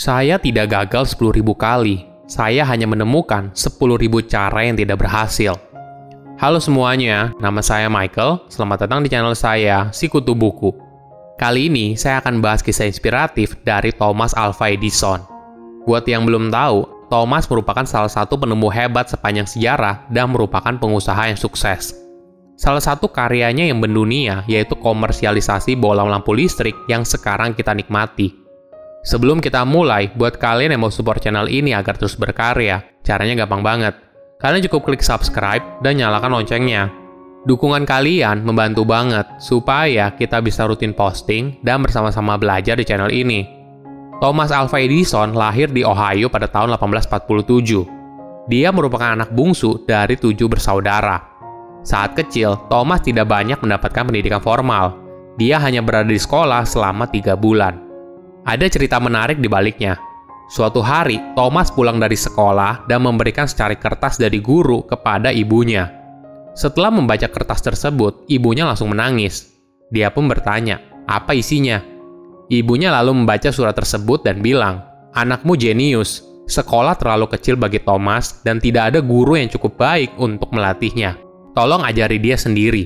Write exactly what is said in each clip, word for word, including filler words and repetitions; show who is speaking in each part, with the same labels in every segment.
Speaker 1: Saya tidak gagal sepuluh ribu kali. Saya hanya menemukan sepuluh ribu cara yang tidak berhasil. Halo semuanya, nama saya Michael. Selamat datang di channel saya, Sikutu Buku. Kali ini saya akan bahas kisah inspiratif dari Thomas Alva Edison. Buat yang belum tahu, Thomas merupakan salah satu penemu hebat sepanjang sejarah dan merupakan pengusaha yang sukses. Salah satu karyanya yang mendunia yaitu komersialisasi bola lampu listrik yang sekarang kita nikmati. Sebelum kita mulai, buat kalian yang mau support channel ini agar terus berkarya, caranya gampang banget. Kalian cukup klik subscribe dan nyalakan loncengnya. Dukungan kalian membantu banget supaya kita bisa rutin posting dan bersama-sama belajar di channel ini. Thomas Alva Edison lahir di Ohio pada tahun delapan belas empat puluh tujuh. Dia merupakan anak bungsu dari tujuh bersaudara. Saat kecil, Thomas tidak banyak mendapatkan pendidikan formal. Dia hanya berada di sekolah selama tiga bulan. Ada cerita menarik di baliknya. Suatu hari, Thomas pulang dari sekolah dan memberikan secari kertas dari guru kepada ibunya. Setelah membaca kertas tersebut, ibunya langsung menangis. Dia pun bertanya, apa isinya? Ibunya lalu membaca surat tersebut dan bilang, anakmu jenius. Sekolah terlalu kecil bagi Thomas dan tidak ada guru yang cukup baik untuk melatihnya. Tolong ajari dia sendiri.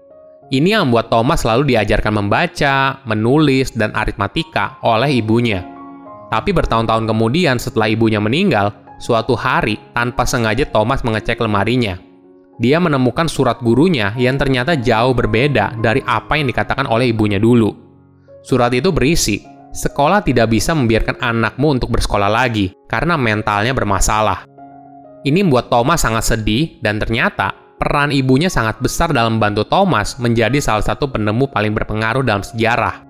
Speaker 1: Ini yang membuat Thomas selalu diajarkan membaca, menulis, dan aritmatika oleh ibunya. Tapi bertahun-tahun kemudian setelah ibunya meninggal, suatu hari tanpa sengaja Thomas mengecek lemarinya. Dia menemukan surat gurunya yang ternyata jauh berbeda dari apa yang dikatakan oleh ibunya dulu. Surat itu berisi, sekolah tidak bisa membiarkan anakmu untuk bersekolah lagi karena mentalnya bermasalah. Ini membuat Thomas sangat sedih dan ternyata peran ibunya sangat besar dalam membantu Thomas menjadi salah satu penemu paling berpengaruh dalam sejarah.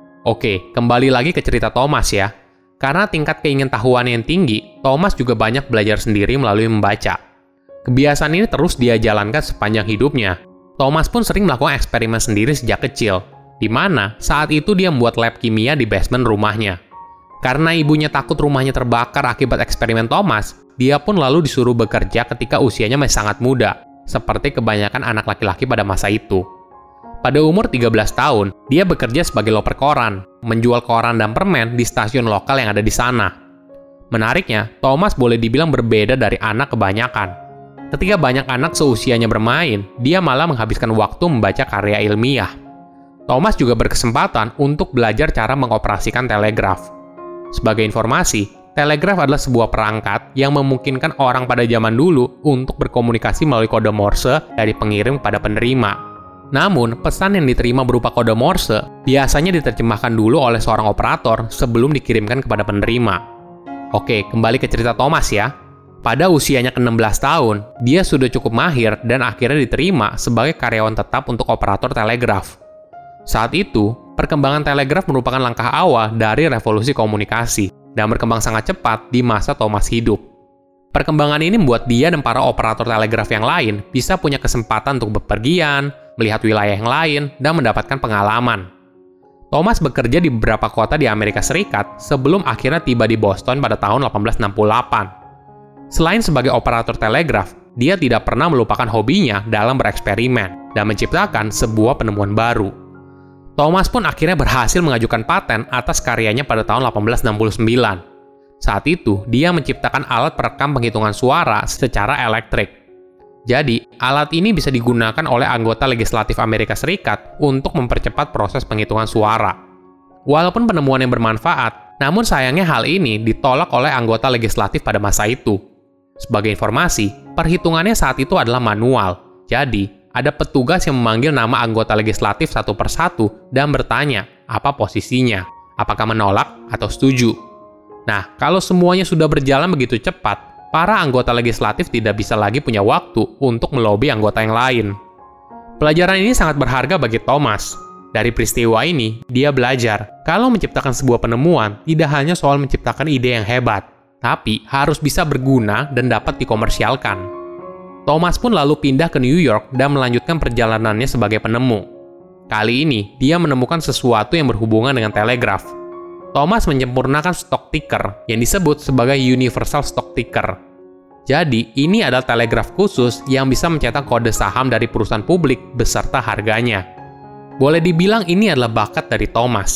Speaker 1: Oke, kembali lagi ke cerita Thomas ya. Karena tingkat keingintahuan yang tinggi, Thomas juga banyak belajar sendiri melalui membaca. Kebiasaan ini terus dia jalankan sepanjang hidupnya. Thomas pun sering melakukan eksperimen sendiri sejak kecil, di mana saat itu dia membuat lab kimia di basement rumahnya. Karena ibunya takut rumahnya terbakar akibat eksperimen Thomas, dia pun lalu disuruh bekerja ketika usianya masih sangat muda, seperti kebanyakan anak laki-laki pada masa itu. Pada umur tiga belas tahun, dia bekerja sebagai loper koran, menjual koran dan permen di stasiun lokal yang ada di sana. Menariknya, Thomas boleh dibilang berbeda dari anak kebanyakan. Ketika banyak anak seusianya bermain, dia malah menghabiskan waktu membaca karya ilmiah. Thomas juga berkesempatan untuk belajar cara mengoperasikan telegraf. Sebagai informasi, telegraf adalah sebuah perangkat yang memungkinkan orang pada zaman dulu untuk berkomunikasi melalui kode Morse dari pengirim kepada penerima. Namun, pesan yang diterima berupa kode Morse biasanya diterjemahkan dulu oleh seorang operator sebelum dikirimkan kepada penerima. Oke, kembali ke cerita Thomas ya. Pada usianya ke enam belas tahun, dia sudah cukup mahir dan akhirnya diterima sebagai karyawan tetap untuk operator telegraf. Saat itu, perkembangan telegraf merupakan langkah awal dari revolusi komunikasi dan berkembang sangat cepat di masa Thomas hidup. Perkembangan ini membuat dia dan para operator telegraf yang lain bisa punya kesempatan untuk bepergian, melihat wilayah yang lain, dan mendapatkan pengalaman. Thomas bekerja di beberapa kota di Amerika Serikat sebelum akhirnya tiba di Boston pada tahun delapan belas enam puluh delapan. Selain sebagai operator telegraf, dia tidak pernah melupakan hobinya dalam bereksperimen dan menciptakan sebuah penemuan baru. Thomas pun akhirnya berhasil mengajukan paten atas karyanya pada tahun delapan belas enam puluh sembilan. Saat itu, dia menciptakan alat perekam penghitungan suara secara elektrik. Jadi, alat ini bisa digunakan oleh anggota legislatif Amerika Serikat untuk mempercepat proses penghitungan suara. Walaupun penemuan yang bermanfaat, namun sayangnya hal ini ditolak oleh anggota legislatif pada masa itu. Sebagai informasi, perhitungannya saat itu adalah manual. Jadi, ada petugas yang memanggil nama anggota legislatif satu persatu dan bertanya apa posisinya, apakah menolak atau setuju. Nah, kalau semuanya sudah berjalan begitu cepat, para anggota legislatif tidak bisa lagi punya waktu untuk melobi anggota yang lain. Pelajaran ini sangat berharga bagi Thomas. Dari peristiwa ini, dia belajar kalau menciptakan sebuah penemuan tidak hanya soal menciptakan ide yang hebat, tapi harus bisa berguna dan dapat dikomersialkan. Thomas pun lalu pindah ke New York dan melanjutkan perjalanannya sebagai penemu. Kali ini, dia menemukan sesuatu yang berhubungan dengan telegraf. Thomas menyempurnakan stock ticker yang disebut sebagai Universal Stock Ticker. Jadi, ini adalah telegraf khusus yang bisa mencetak kode saham dari perusahaan publik beserta harganya. Boleh dibilang ini adalah bakat dari Thomas.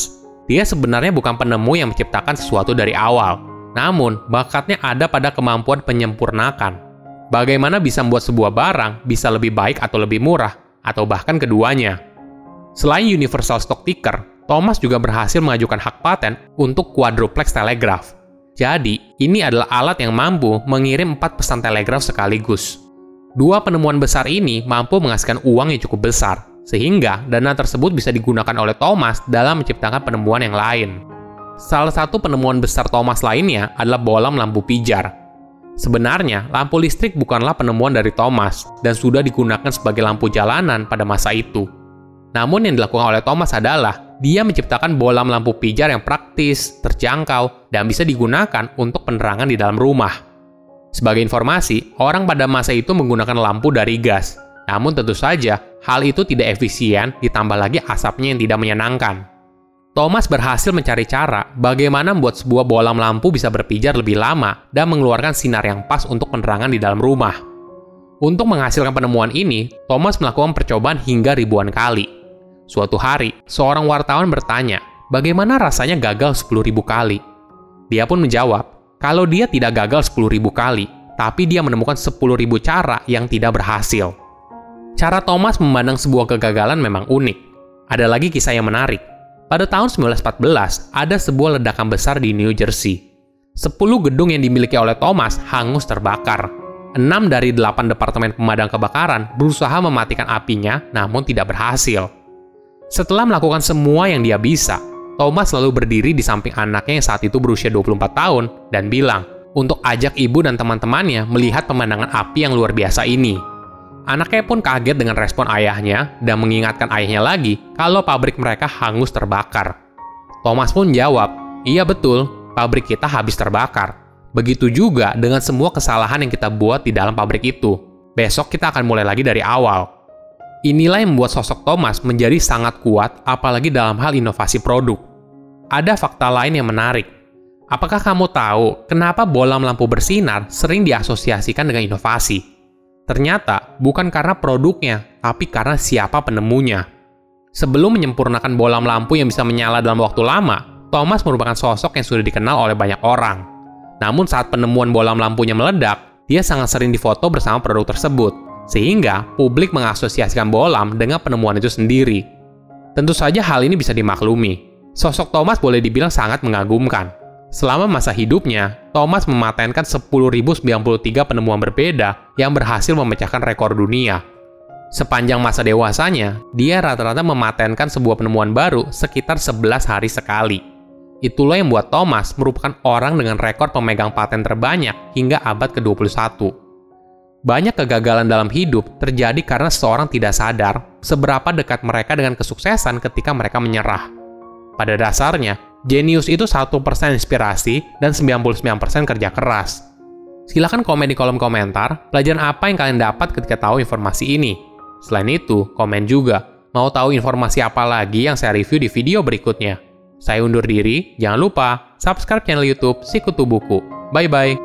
Speaker 1: Dia sebenarnya bukan penemu yang menciptakan sesuatu dari awal, namun bakatnya ada pada kemampuan menyempurnakan. Bagaimana bisa membuat sebuah barang bisa lebih baik atau lebih murah, atau bahkan keduanya. Selain Universal Stock Ticker, Thomas juga berhasil mengajukan hak paten untuk quadruplex telegraph. Jadi, ini adalah alat yang mampu mengirim empat pesan telegraf sekaligus. Dua penemuan besar ini mampu menghasilkan uang yang cukup besar, sehingga dana tersebut bisa digunakan oleh Thomas dalam menciptakan penemuan yang lain. Salah satu penemuan besar Thomas lainnya adalah bohlam lampu pijar. Sebenarnya, lampu listrik bukanlah penemuan dari Thomas dan sudah digunakan sebagai lampu jalanan pada masa itu. Namun yang dilakukan oleh Thomas adalah dia menciptakan bohlam lampu pijar yang praktis, terjangkau, dan bisa digunakan untuk penerangan di dalam rumah. Sebagai informasi, orang pada masa itu menggunakan lampu dari gas. Namun tentu saja, hal itu tidak efisien, ditambah lagi asapnya yang tidak menyenangkan. Thomas berhasil mencari cara bagaimana membuat sebuah bohlam lampu bisa berpijar lebih lama dan mengeluarkan sinar yang pas untuk penerangan di dalam rumah. Untuk menghasilkan penemuan ini, Thomas melakukan percobaan hingga ribuan kali. Suatu hari, seorang wartawan bertanya, bagaimana rasanya gagal sepuluh ribu kali? Dia pun menjawab, kalau dia tidak gagal sepuluh ribu kali, tapi dia menemukan sepuluh ribu cara yang tidak berhasil. Cara Thomas memandang sebuah kegagalan memang unik. Ada lagi kisah yang menarik. Pada tahun sembilan belas empat belas, ada sebuah ledakan besar di New Jersey. Sepuluh gedung yang dimiliki oleh Thomas hangus terbakar. Enam dari delapan departemen pemadam kebakaran berusaha mematikan apinya, namun tidak berhasil. Setelah melakukan semua yang dia bisa, Thomas lalu berdiri di samping anaknya yang saat itu berusia dua puluh empat tahun dan bilang untuk ajak ibu dan teman-temannya melihat pemandangan api yang luar biasa ini. Anaknya pun kaget dengan respon ayahnya dan mengingatkan ayahnya lagi kalau pabrik mereka hangus terbakar. Thomas pun jawab, iya betul, pabrik kita habis terbakar. Begitu juga dengan semua kesalahan yang kita buat di dalam pabrik itu. Besok kita akan mulai lagi dari awal. Inilah yang membuat sosok Thomas menjadi sangat kuat, apalagi dalam hal inovasi produk. Ada fakta lain yang menarik. Apakah kamu tahu kenapa bohlam lampu bersinar sering diasosiasikan dengan inovasi? Ternyata bukan karena produknya, tapi karena siapa penemunya. Sebelum menyempurnakan bohlam lampu yang bisa menyala dalam waktu lama, Thomas merupakan sosok yang sudah dikenal oleh banyak orang. Namun saat penemuan bohlam lampunya meledak, dia sangat sering difoto bersama produk tersebut. Sehingga publik mengasosiasikan bohlam dengan penemuan itu sendiri. Tentu saja hal ini bisa dimaklumi. Sosok Thomas boleh dibilang sangat mengagumkan. Selama masa hidupnya, Thomas mematenkan sepuluh ribu sembilan puluh tiga penemuan berbeda yang berhasil memecahkan rekor dunia. Sepanjang masa dewasanya, dia rata-rata mematenkan sebuah penemuan baru sekitar sebelas hari sekali. Itulah yang membuat Thomas merupakan orang dengan rekor pemegang paten terbanyak hingga abad ke dua puluh satu. Banyak kegagalan dalam hidup terjadi karena seseorang tidak sadar seberapa dekat mereka dengan kesuksesan ketika mereka menyerah. Pada dasarnya, jenius itu satu persen inspirasi dan sembilan puluh sembilan persen kerja keras. Silahkan komen di kolom komentar, pelajaran apa yang kalian dapat ketika tahu informasi ini. Selain itu, komen juga, mau tahu informasi apa lagi yang saya review di video berikutnya. Saya undur diri, jangan lupa subscribe channel YouTube Sikutu Buku. Bye-bye!